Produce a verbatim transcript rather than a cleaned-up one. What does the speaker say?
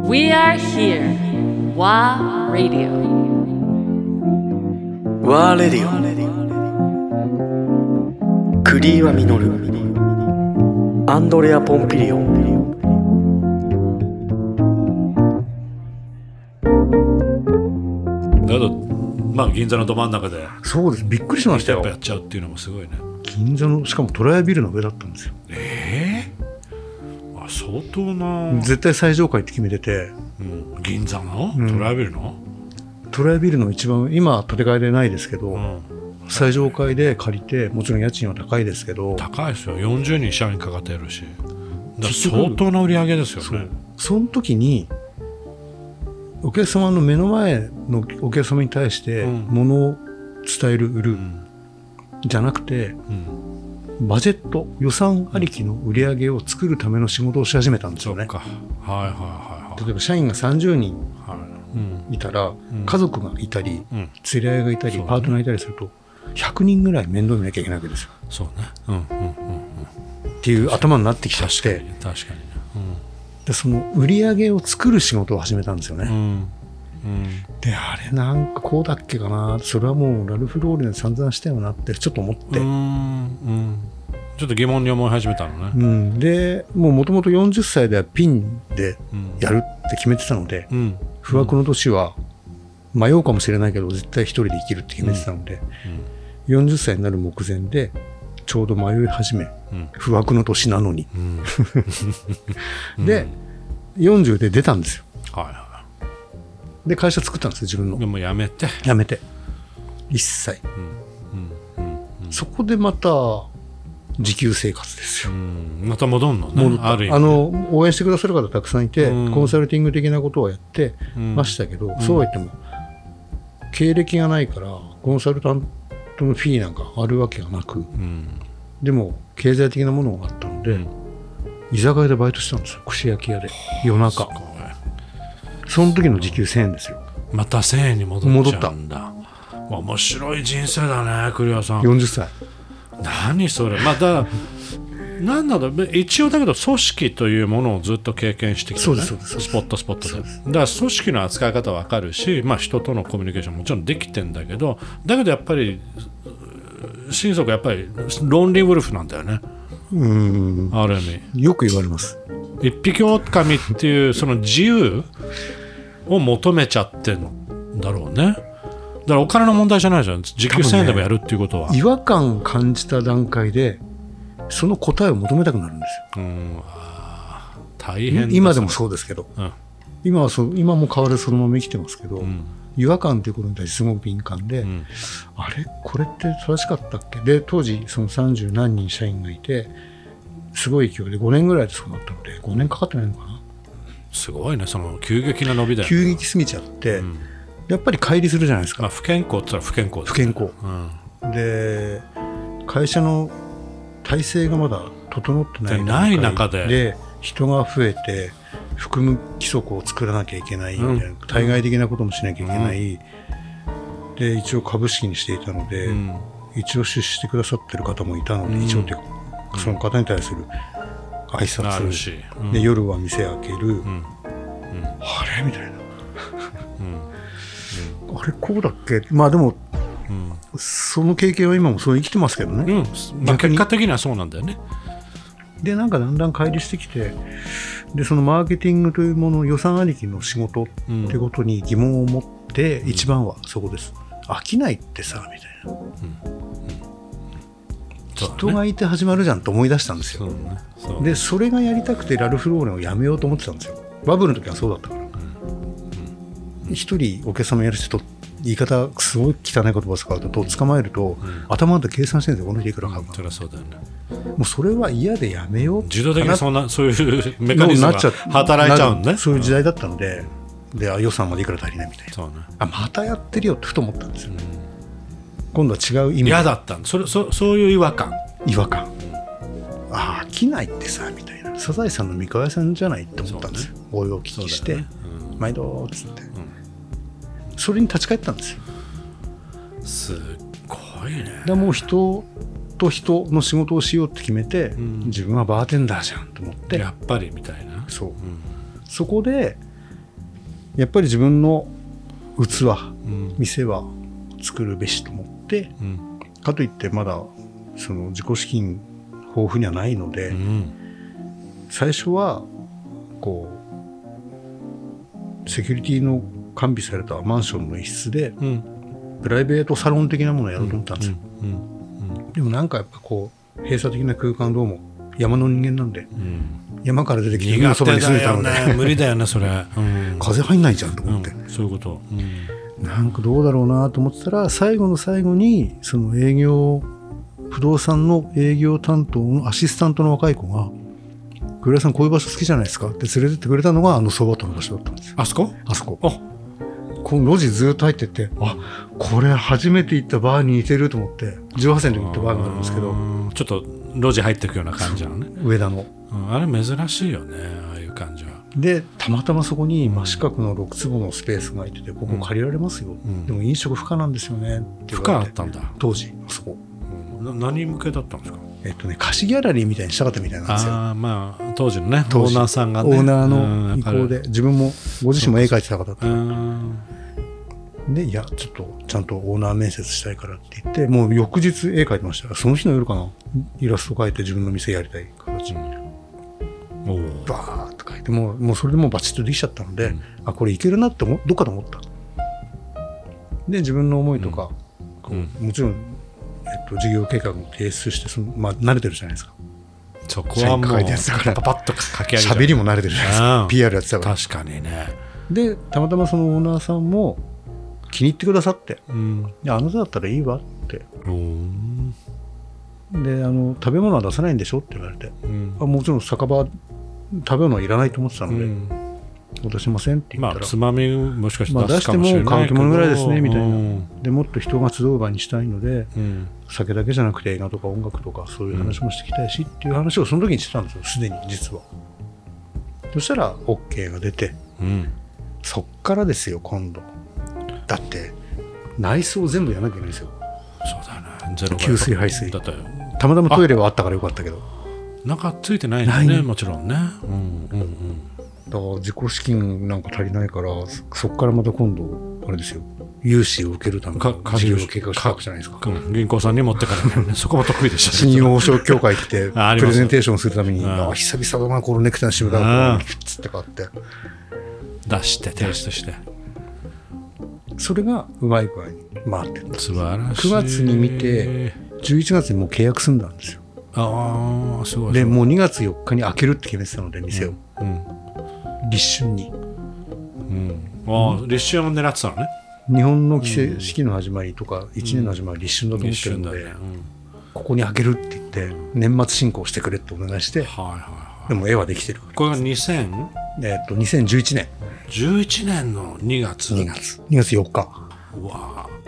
We are here. WA Radio. WA Radio。クリーワミノル。アンドレア・ポンピリオン。 だけど、まあ銀座のど真ん中で。 そうです。びっくりしましたよ。 やっぱやっちゃうっていうのもすごいね。 銀座のしかもトライアビルの上だったんですよ。 ええー、あ、相当な。 絶対最上階って決めてて、 うん、銀座の、 うん、 トライアビルのトライアビルの一番今建て替えでないですけど、うん、最上階で借りて、もちろん家賃は高いですけど、 高いですよ。よんじゅうにん社員かかってるし、だから相当な売り上げですよね。 そ, その時にお客様の目の前のお客様に対して物を伝える、売る、うん、じゃなくて、うん、バジェット予算ありきの売り上げを作るための仕事をし始めたんですよね。 そうか、はいはいはいはい、 例えば社員がさんじゅうにんいたら、うん、家族がいたり、うん、連れ合いがいたり、うん、パートナーがいたりするとひゃくにんぐらい面倒見なきゃいけないわけですよ。 そうね、うんうんうんうん、 っていう頭になってきちゃって、 確かに確かに、 うん、でその売り上げを作る仕事を始めたんですよね、うんうん、であれなんかこうだっけかな、それはもうラルフローレンで散々したよなってちょっと思って、うん、うん、 ちょっと疑問に思い始めたのね、 うん、でもうともとよんじゅっさいではピンでやるって決めてたので、うん、不惑の年は迷うかもしれないけど絶対一人で生きるって決めてたので、うんうん、よんじゅっさいになる目前でちょうど迷い始め、うん、不惑の年なのに、うん、で、うん、よんじゅうで出たんですよ、はいはい、で会社作ったんですよ自分の。 でも辞めて辞めて一切、うんうんうん、そこでまた自給生活ですよ、うん、 また戻るのね。ある意味あの応援してくださる方たくさんいて、うん、コンサルティング的なことをやってましたけど、うん、そうは言っても経歴がないからコンサルタントのフィーなんかあるわけがなく、うん、でも経済的なものがあったので、うん、居酒屋でバイトしたんですよ。串焼き屋で夜中。その時の時給せんえんですよ。 またせんえんに戻っちゃうんだ。面白い人生だね、栗原さん。 よんじゅっさい。 何それ。またなんだろう、一応だけど組織というものをずっと経験してきて、ね、 そうですそうですスポットスポットで。だから組織の扱い方は分かるし、まあ、人とのコミュニケーションもちろんできてんだけど、だけどやっぱり心底やっぱりロンリーウルフなんだよね。うん、ある意味よく言われます。 一匹狼っていうその自由を求めちゃってんだろうね。だからお金の問題じゃないじゃん。時給せんえんでもやるっていうことは、 ね、違和感感じた段階でその答えを求めたくなるんですよ。うん、 あ、大変です。 今でもそうですけど、うん、今はそう今も変わらずそのまま生きてますけど、うん、違和感ということに対してすごく敏感で、うん、あれこれって正しかったっけ。で当時そのさんじゅうなんにん社員がいてすごい勢いでごねんぐらいでそうなったので、ごねんかかってないのかな。 すごいね、その急激な伸びだよね。 急激すぎちゃって、うん、やっぱり乖離するじゃないですか。 まあ、不健康って言ったら不健康です、 ね、不健康、うん、で会社の体制がまだ整ってないない中で、 で人が増えて含む規則を作らなきゃいけないみたいな、うん、対外的なこともしなきゃいけない、うん、で一応株式にしていたので、うん、一応出資してくださってる方もいたので、うん、一応というか、うん、その方に対する挨拶し、うん、で夜は店開ける、うんうん、あれみたいな、うん、あれこうだっけ。まあでもうん、その経験は今もそう生きてますけどね、 うん、まあ、結果的にはそうなんだよね。 でなんかだんだん乖離してきて、でそのマーケティングというもの予算ありきの仕事ってことに疑問を持って、うん、一番はそこです。飽きないってさみたいな、うんうんうんそうだね、人がいて始まるじゃんと思い出したんですよ。そうねそうね、でそれがやりたくてラルフローレンをやめようと思ってたんですよ。バブルの時はそうだったから、うんうん、一人お客様やる人と言い方すごい汚い言葉を使うと捕まえると、うん、頭で計算してるんですよ。この人いくら買うか、うん、そりゃそうだよね。もうそれは嫌でやめよう自動的にそんなそういうメカニズムが働いちゃうんね。 そういう時代だったので、で予算までいくら足りないみたいな、そう、ね、あまたやってるよってふと思ったんですよ、うん、今度は違う意味。 嫌だったんそれ そ, そういう違和感違和感、うん、あ飽きないってさみたいな。サザエさんの三河屋さんじゃないって思ったんですよ。お湯を聞きして、ねうん、毎度っつって、うん、それに立ち返ったんですよ。 すっごいね。 でもう人と人の仕事をしようって決めて、うん、自分はバーテンダーじゃんと思って、 やっぱりみたいな。 そう、うん、そこでやっぱり自分の器、 うん、 店は作るべしと思って、うん、かといってまだその自己資金豊富にはないので、うん、最初はこうセキュリティの完備されたマンションの一室で、うん、プライベートサロン的なものをやろうと思ったんですよ、うんうんうん、でもなんかやっぱこう閉鎖的な空間、どうも山の人間なんで、うん、山から出てきて海のそばに住んでたので、 ね、無理だよねそれ、うん、 風入んないじゃんと思って、 うん、そういうこと、 うん、なんかどうだろうなと思ってたら、最後の最後にその営業不動産の営業担当のアシスタントの若い子が、栗原さんこういう場所好きじゃないですかって連れてってくれたのがあのそばとの場所だったんですよ。 あそこあそこあこの路地ずっと入ってって、あこれ初めて行ったバーに似てると思って、じゅうはっさいの時行ったバーがあるんですけど、 ちょっと路地入っていくような感じなのね、 上田の、 うん、あれ珍しいよね、ああいう感じは。 でたまたまそこに真四角のろくつぼのスペースが空いてて、ここ借りられますよ、うん、でも飲食不可なんですよねって不可あったんだ当時あそこ、 うん、何向けだったんですか。 えっとね、貸しギャラリーみたいにしたかったみたいなんですよ。 あ、まあ、当時のねオーナーさんがね、 オーナーの意向で、自分もご自身も絵描いてた方だったで、いやちょっとちゃんとオーナー面接したいからって言って、もう翌日絵描いてました。その日の夜かな、イラスト描いて自分の店やりたい形に、うん、バーッと描いて、もう、もうそれでもうバチッとできちゃったので、うん、あこれいけるなってどっかで思った。で自分の思いとか、うん、こうもちろんえっと、事業計画も提出してその、まあ、慣れてるじゃないですか。 そこはもうパパッと書き上げる。喋りも慣れてるじゃないですか。ピーアール やってたから。 確かにね。 でたまたまそのオーナーさんも気に入ってくださって、うん、あなただったらいいわって。うんであの食べ物は出さないんでしょって言われて、うん、あもちろん酒場食べ物はいらないと思ってたので、うん、出しませんって言ったら、 まあ、つまみもしかして出すかもしれないけど、 まあ、出しても乾き物ぐらいですねみたいな、うん、でもっと人が集う場にしたいので、うん、酒だけじゃなくて映画とか音楽とかそういう話もしていきたいしっていう話をその時にしてたんですよ、すでに実は。そしたら OK が出て、うん、そっからですよ今度。だって内装全部やらなきゃいけないんですよ。 そうだね、ゼロ給水排水だったよ。たまたまトイレはあったからよかったけど、 なんかついてないんだね、もちろんね、うんうんうん、 だから自己資金なんか足りないから、そこからまた今度あれですよ、融資を受けるための事業計画書くじゃないですか、うん、 銀行さんに持ってからねそこも得意でしたね。信用保証協会ってプレゼンテーションするためにああ久々だなこのネクタイの渋がピッツって買って出して提出して、 それがうまい具合に回ってるんです。 素晴らしい。 くがつに見てじゅういちがつにもう契約済んだんですよ。 ああすごい。 でもうにがつよっかに開けるって決めてたので店を、うんうん、立春に、 うん、ああ立春を狙ってたのね。 日本の季節四季の始まりとかいちねんの始まり立春だと思ってるので、うんねうん、ここに開けるって言って年末進行してくれってお願いして、はいはいはい、でも絵はできてる。 これがにせん、 えー、とにせんじゅういちねんじゅういちねんのにがつにがつにがつよっか。 うわ